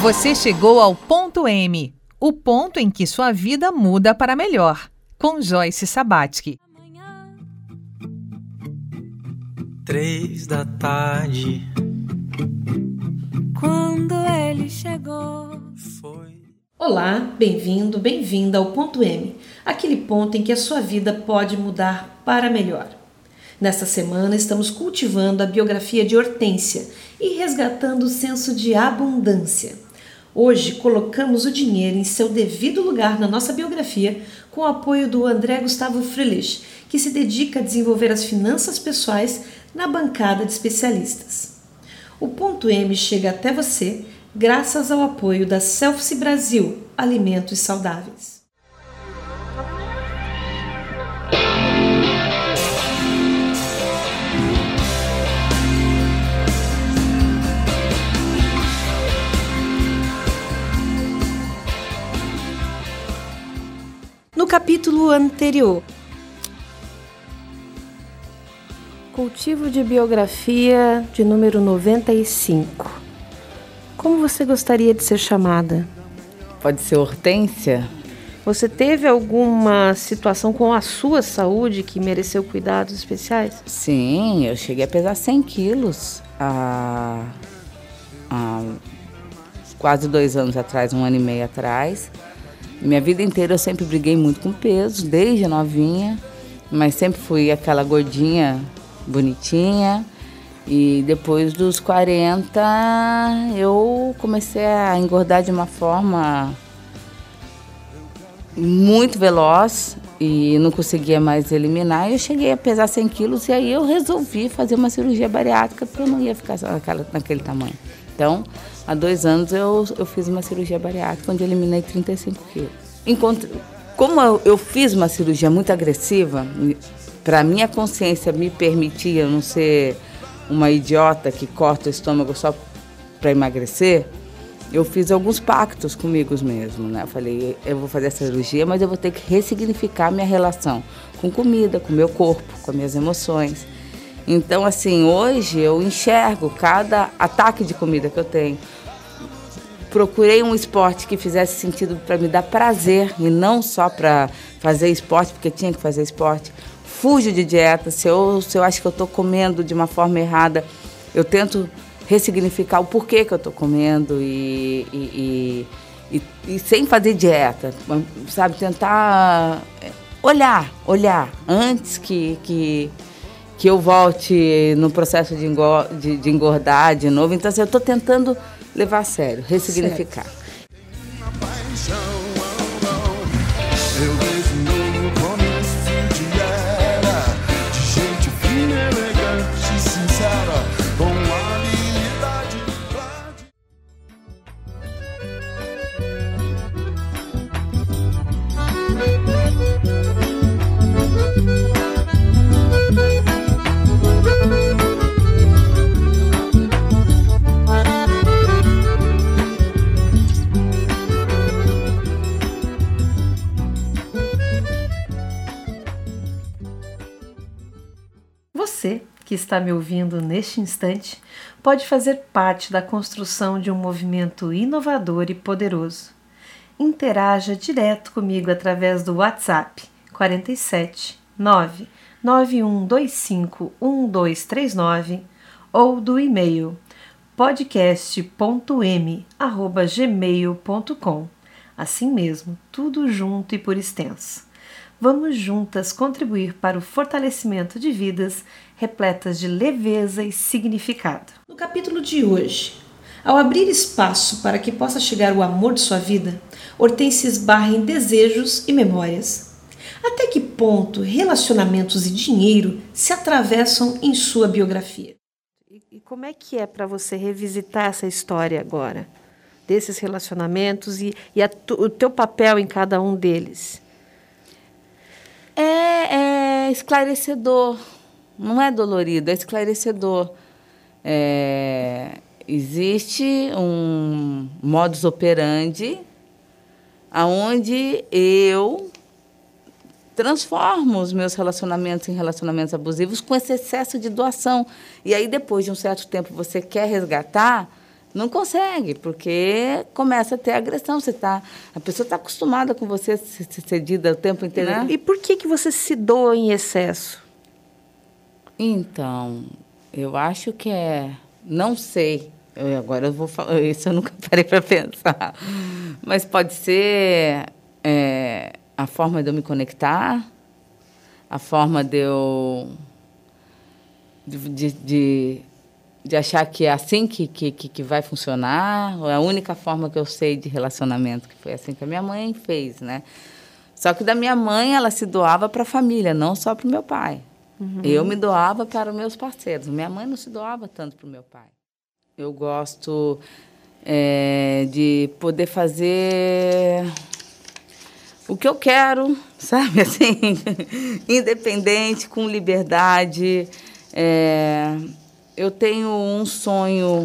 Você chegou ao ponto M, o ponto em que sua vida muda para melhor, com Joyce Sabatsky. 3 da tarde, quando ele chegou, foi. Olá, bem-vindo, bem-vinda ao ponto M, aquele ponto em que a sua vida pode mudar para melhor. Nesta semana estamos cultivando a biografia de Hortência e resgatando o senso de abundância. Hoje colocamos o dinheiro em seu devido lugar na nossa biografia com o apoio do André Gustavo Frelich, que se dedica a desenvolver as finanças pessoais na bancada de especialistas. O ponto M chega até você graças ao apoio da Selfie Brasil, alimentos saudáveis. No capítulo anterior, cultivo de biografia de número 95. Como você gostaria de ser chamada? Pode ser Hortência? Você teve alguma situação com a sua saúde que mereceu cuidados especiais? Sim, eu cheguei a pesar 100 quilos há quase 2 anos atrás, 1 ano e meio atrás. Minha vida inteira eu sempre briguei muito com peso, desde novinha, mas sempre fui aquela gordinha bonitinha. E depois dos 40 eu comecei a engordar de uma forma muito veloz e não conseguia mais eliminar. Eu cheguei a pesar 100 quilos e aí eu resolvi fazer uma cirurgia bariátrica porque eu não ia ficar naquele tamanho. Então, há 2 anos eu fiz uma cirurgia bariátrica onde eu eliminei 35 quilos. Como eu fiz uma cirurgia muito agressiva, para minha consciência me permitia não ser uma idiota que corta o estômago só para emagrecer, eu fiz alguns pactos comigo mesmo, né? Eu falei, eu vou fazer essa cirurgia, mas eu vou ter que ressignificar minha relação com comida, com meu corpo, com as minhas emoções. Então, assim, hoje eu enxergo cada ataque de comida que eu tenho. Procurei um esporte que fizesse sentido para me dar prazer e não só para fazer esporte, porque tinha que fazer esporte. Fujo de dieta, se eu acho que eu estou comendo de uma forma errada, eu tento ressignificar o porquê que eu estou comendo e sem fazer dieta, sabe? Tentar olhar antes que eu volte no processo de engordar de novo. Então, assim, eu estou tentando levar a sério, ressignificar. Certo. Você, que está me ouvindo neste instante, pode fazer parte da construção de um movimento inovador e poderoso. Interaja direto comigo através do WhatsApp 47 99125 1239 ou do e-mail podcast.m@gmail.com. Assim mesmo, tudo junto e por extenso. Vamos juntas contribuir para o fortalecimento de vidas repletas de leveza e significado. No capítulo de hoje, ao abrir espaço para que possa chegar o amor de sua vida, Hortência esbarra em desejos e memórias. Até que ponto relacionamentos e dinheiro se atravessam em sua biografia? E como é que é para você revisitar essa história agora? Desses relacionamentos e o teu papel em cada um deles? É esclarecedor, não é dolorido, é esclarecedor. Existe um modus operandi onde eu transformo os meus relacionamentos em relacionamentos abusivos com esse excesso de doação. E aí, depois de um certo tempo, você quer resgatar, Não consegue, porque começa a ter agressão. A pessoa está acostumada com você ser cedida o tempo inteiro. Né? E por que você se doa em excesso? Então, eu acho que não sei. Agora eu vou falar, isso eu nunca parei para pensar. Mas pode ser a forma de eu me conectar, a forma de eu de achar que é assim que vai funcionar. É a única forma que eu sei de relacionamento, que foi assim que a minha mãe fez, né? Só que da minha mãe, ela se doava para a família, não só para o meu pai. Eu me doava para os meus parceiros. Minha mãe não se doava tanto para o meu pai. Eu gosto de poder fazer o que eu quero, sabe? Assim, independente, com liberdade. Eu tenho um sonho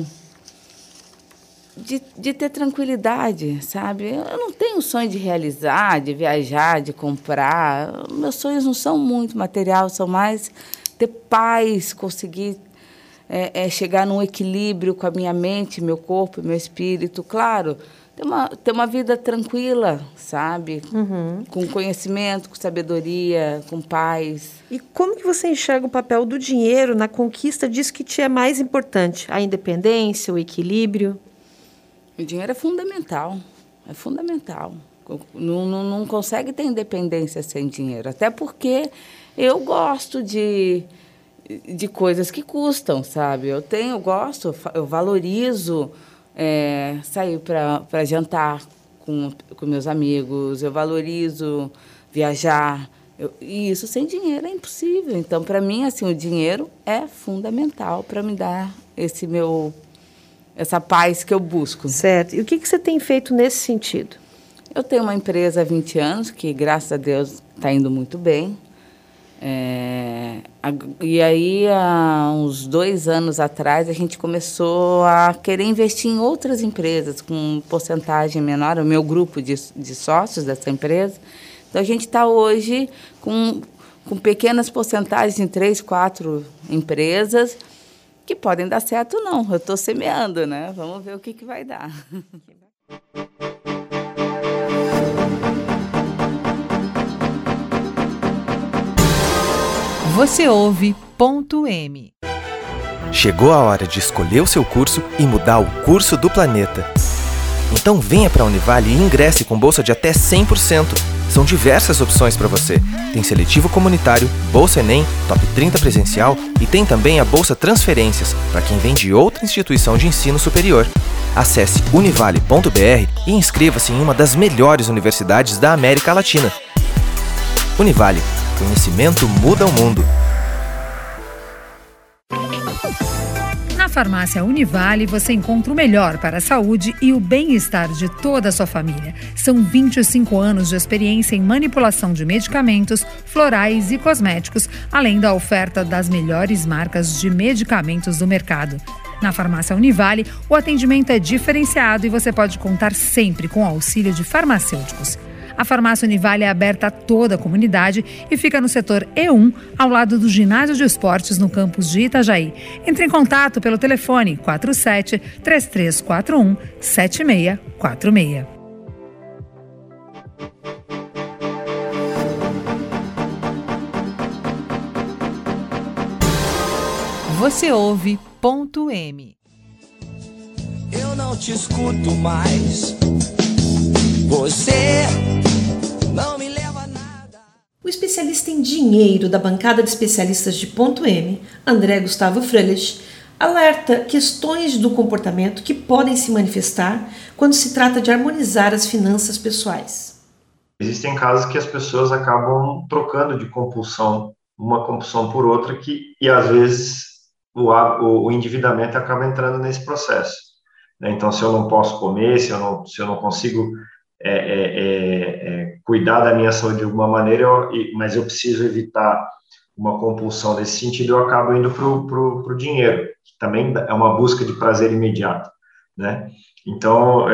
de ter tranquilidade, sabe? Eu não tenho sonho de realizar, de viajar, de comprar. Meus sonhos não são muito material, são mais ter paz, conseguir chegar num equilíbrio com a minha mente, meu corpo, meu espírito. Claro, ter uma vida tranquila, sabe? Com conhecimento, com sabedoria, com paz. E como que você enxerga o papel do dinheiro na conquista disso que te é mais importante? A independência, o equilíbrio? O dinheiro é fundamental. É fundamental. Não consegue ter independência sem dinheiro. Até porque eu gosto de coisas que custam, sabe? Eu gosto, eu valorizo sair para jantar com meus amigos, eu valorizo viajar. E isso sem dinheiro é impossível. Então, para mim, assim, o dinheiro é fundamental para me dar essa paz que eu busco. Certo. E o que você tem feito nesse sentido? Eu tenho uma empresa há 20 anos que, graças a Deus, está indo muito bem. E aí, há uns 2 anos atrás, a gente começou a querer investir em outras empresas com porcentagem menor, o meu grupo de sócios dessa empresa. Então, a gente está hoje com pequenas porcentagens em 3, 4 empresas que podem dar certo ou não. Eu estou semeando, né? Vamos ver o que vai dar. Você ouve Ponto M. Chegou a hora de escolher o seu curso e mudar o curso do planeta. Então venha para a Univale e ingresse com bolsa de até 100%. São diversas opções para você. Tem seletivo comunitário, Bolsa Enem, Top 30 presencial e tem também a Bolsa Transferências, para quem vem de outra instituição de ensino superior. Acesse univale.br e inscreva-se em uma das melhores universidades da América Latina. Univale. Conhecimento muda o mundo. Na farmácia Univale, você encontra o melhor para a saúde e o bem-estar de toda a sua família. São 25 anos de experiência em manipulação de medicamentos, florais e cosméticos, além da oferta das melhores marcas de medicamentos do mercado. Na farmácia Univale, o atendimento é diferenciado e você pode contar sempre com o auxílio de farmacêuticos. A farmácia Univale é aberta a toda a comunidade e fica no setor E1, ao lado do Ginásio de Esportes, no campus de Itajaí. Entre em contato pelo telefone 47-3341-7646. Você ouve Ponto M. Eu não te escuto mais. Você não me leva a nada. O especialista em dinheiro da bancada de especialistas de Ponto M, André Gustavo Freilich, alerta questões do comportamento que podem se manifestar quando se trata de harmonizar as finanças pessoais. Existem casos que as pessoas acabam trocando de compulsão, uma compulsão por outra, e às vezes o endividamento acaba entrando nesse processo. Então, se eu não posso comer, se eu não consigo cuidar da minha saúde de alguma maneira, mas eu preciso evitar uma compulsão nesse sentido, eu acabo indo para o dinheiro, que também é uma busca de prazer imediato, né? Então,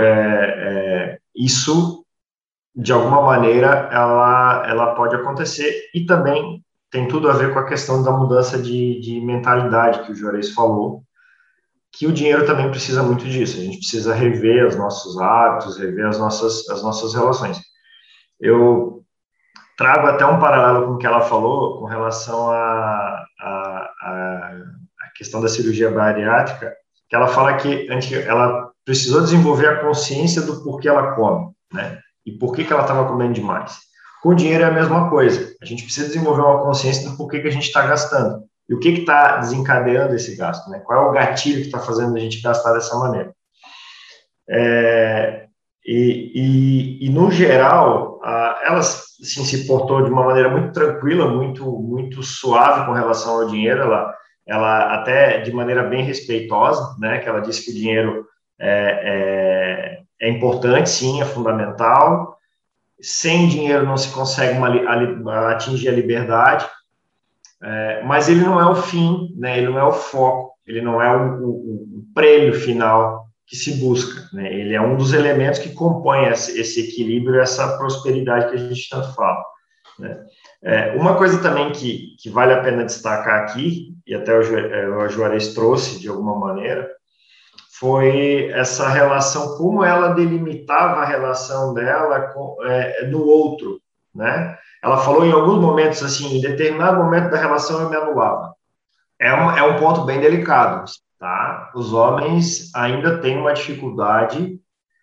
isso, de alguma maneira, ela pode acontecer, e também tem tudo a ver com a questão da mudança de mentalidade que o Juarez falou, que o dinheiro também precisa muito disso. A gente precisa rever os nossos hábitos, rever as nossas relações. Eu trago até um paralelo com o que ela falou com relação à questão da cirurgia bariátrica, que ela fala que ela precisou desenvolver a consciência do porquê ela come, né? E por que ela estava comendo demais. Com o dinheiro é a mesma coisa. A gente precisa desenvolver uma consciência do porquê que a gente está gastando. E o que está desencadeando esse gasto, né? Qual é o gatilho que está fazendo a gente gastar dessa maneira? No geral, ela assim, se portou de uma maneira muito tranquila, muito suave com relação ao dinheiro. Ela até de maneira bem respeitosa, né? Que ela disse que o dinheiro é importante, sim, é fundamental. Sem dinheiro não se consegue atingir a liberdade. Mas ele não é o fim, né? Ele não é o foco, ele não é o prêmio final que se busca, né? Ele é um dos elementos que compõem esse equilíbrio, essa prosperidade que a gente tanto fala, né? Uma coisa também que vale a pena destacar aqui, e até o Juarez trouxe de alguma maneira, foi essa relação, como ela delimitava a relação dela no outro, né? Ela falou em alguns momentos assim, em determinado momento da relação eu me anulava. É um ponto bem delicado, tá? Os homens ainda têm uma dificuldade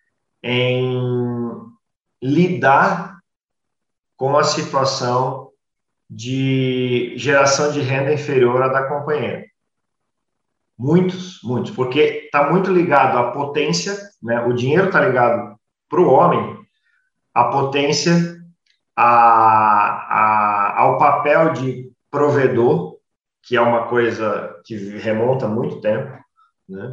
em lidar com a situação de geração de renda inferior à da companheira. Muitos, porque está muito ligado à potência, né? O dinheiro está ligado para o homem, a potência, ao papel de provedor, que é uma coisa que remonta a muito tempo, né?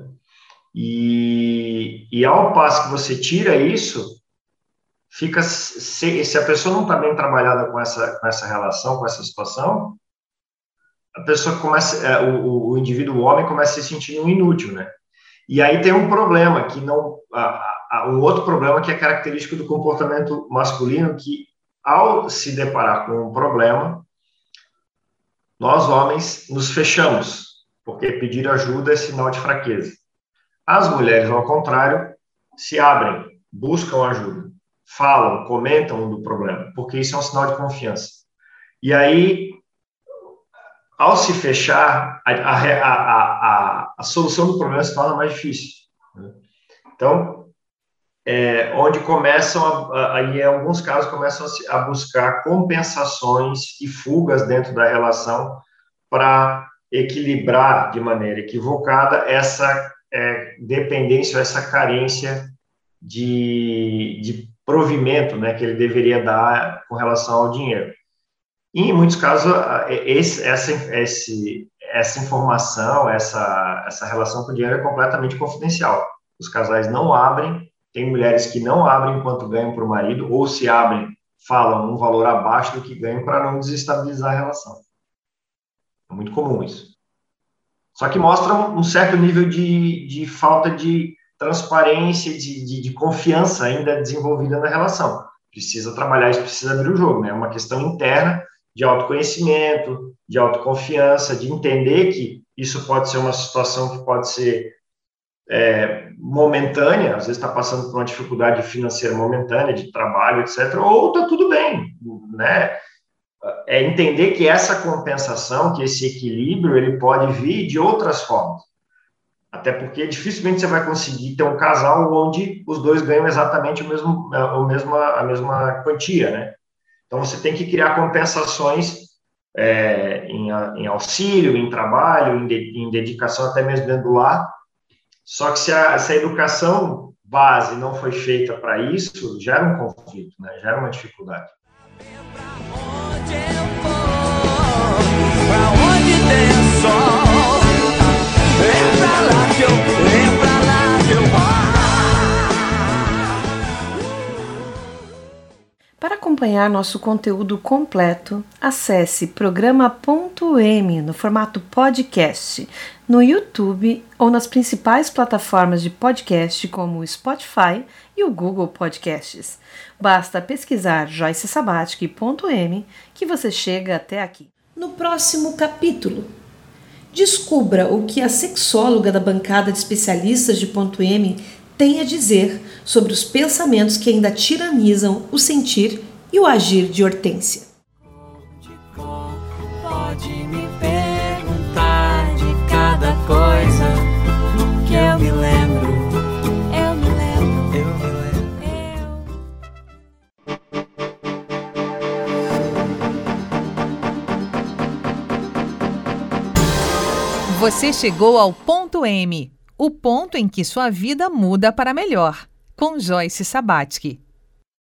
E ao passo que você tira isso, se a pessoa não está bem trabalhada com essa relação, com essa situação, a pessoa começa, o indivíduo, o homem, começa a se sentir um inútil, né? E aí tem um problema, um outro problema que é característico do comportamento masculino, que ao se deparar com um problema, nós homens nos fechamos, porque pedir ajuda é sinal de fraqueza. As mulheres, ao contrário, se abrem, buscam ajuda, falam, comentam do problema, porque isso é um sinal de confiança. E aí, ao se fechar, a solução do problema se torna mais difícil, né? Então, onde começam, em alguns casos, começam a buscar compensações e fugas dentro da relação para equilibrar de maneira equivocada essa dependência, essa carência de provimento, né, que ele deveria dar com relação ao dinheiro. E, em muitos casos, essa informação, essa relação com o dinheiro é completamente confidencial. Os casais não abrem. Tem mulheres que não abrem enquanto ganham para o marido, ou se abrem, falam um valor abaixo do que ganham para não desestabilizar a relação. É muito comum isso. Só que mostra um certo nível de falta de transparência, de confiança ainda desenvolvida na relação. Precisa trabalhar isso, precisa abrir o jogo, né? É uma questão interna de autoconhecimento, de autoconfiança, de entender que isso pode ser uma situação que pode ser momentânea, às vezes está passando por uma dificuldade financeira momentânea, de trabalho, etc., ou está tudo bem, né? É entender que essa compensação, que esse equilíbrio, ele pode vir de outras formas. Até porque dificilmente você vai conseguir ter um casal onde os dois ganham exatamente a mesma quantia, né? Então, você tem que criar compensações em auxílio, em trabalho, em dedicação até mesmo dentro do lar. Só que se a educação base não foi feita para isso, gera um conflito, né? Gera uma dificuldade. Pra onde tem sol, pra lá que eu Para acompanhar nosso conteúdo completo, acesse programa.m no formato podcast, no YouTube ou nas principais plataformas de podcast como o Spotify e o Google Podcasts. Basta pesquisar Joyce Sabatsky.m que você chega até aqui. No próximo capítulo, Descubra o que a sexóloga da bancada de especialistas de ponto M tem a dizer sobre os pensamentos que ainda tiranizam o sentir e o agir de Hortência. Pode me perguntar de cada coisa que eu me lembro. Você chegou ao ponto M, o ponto em que sua vida muda para melhor, com Joyce Sabatsky.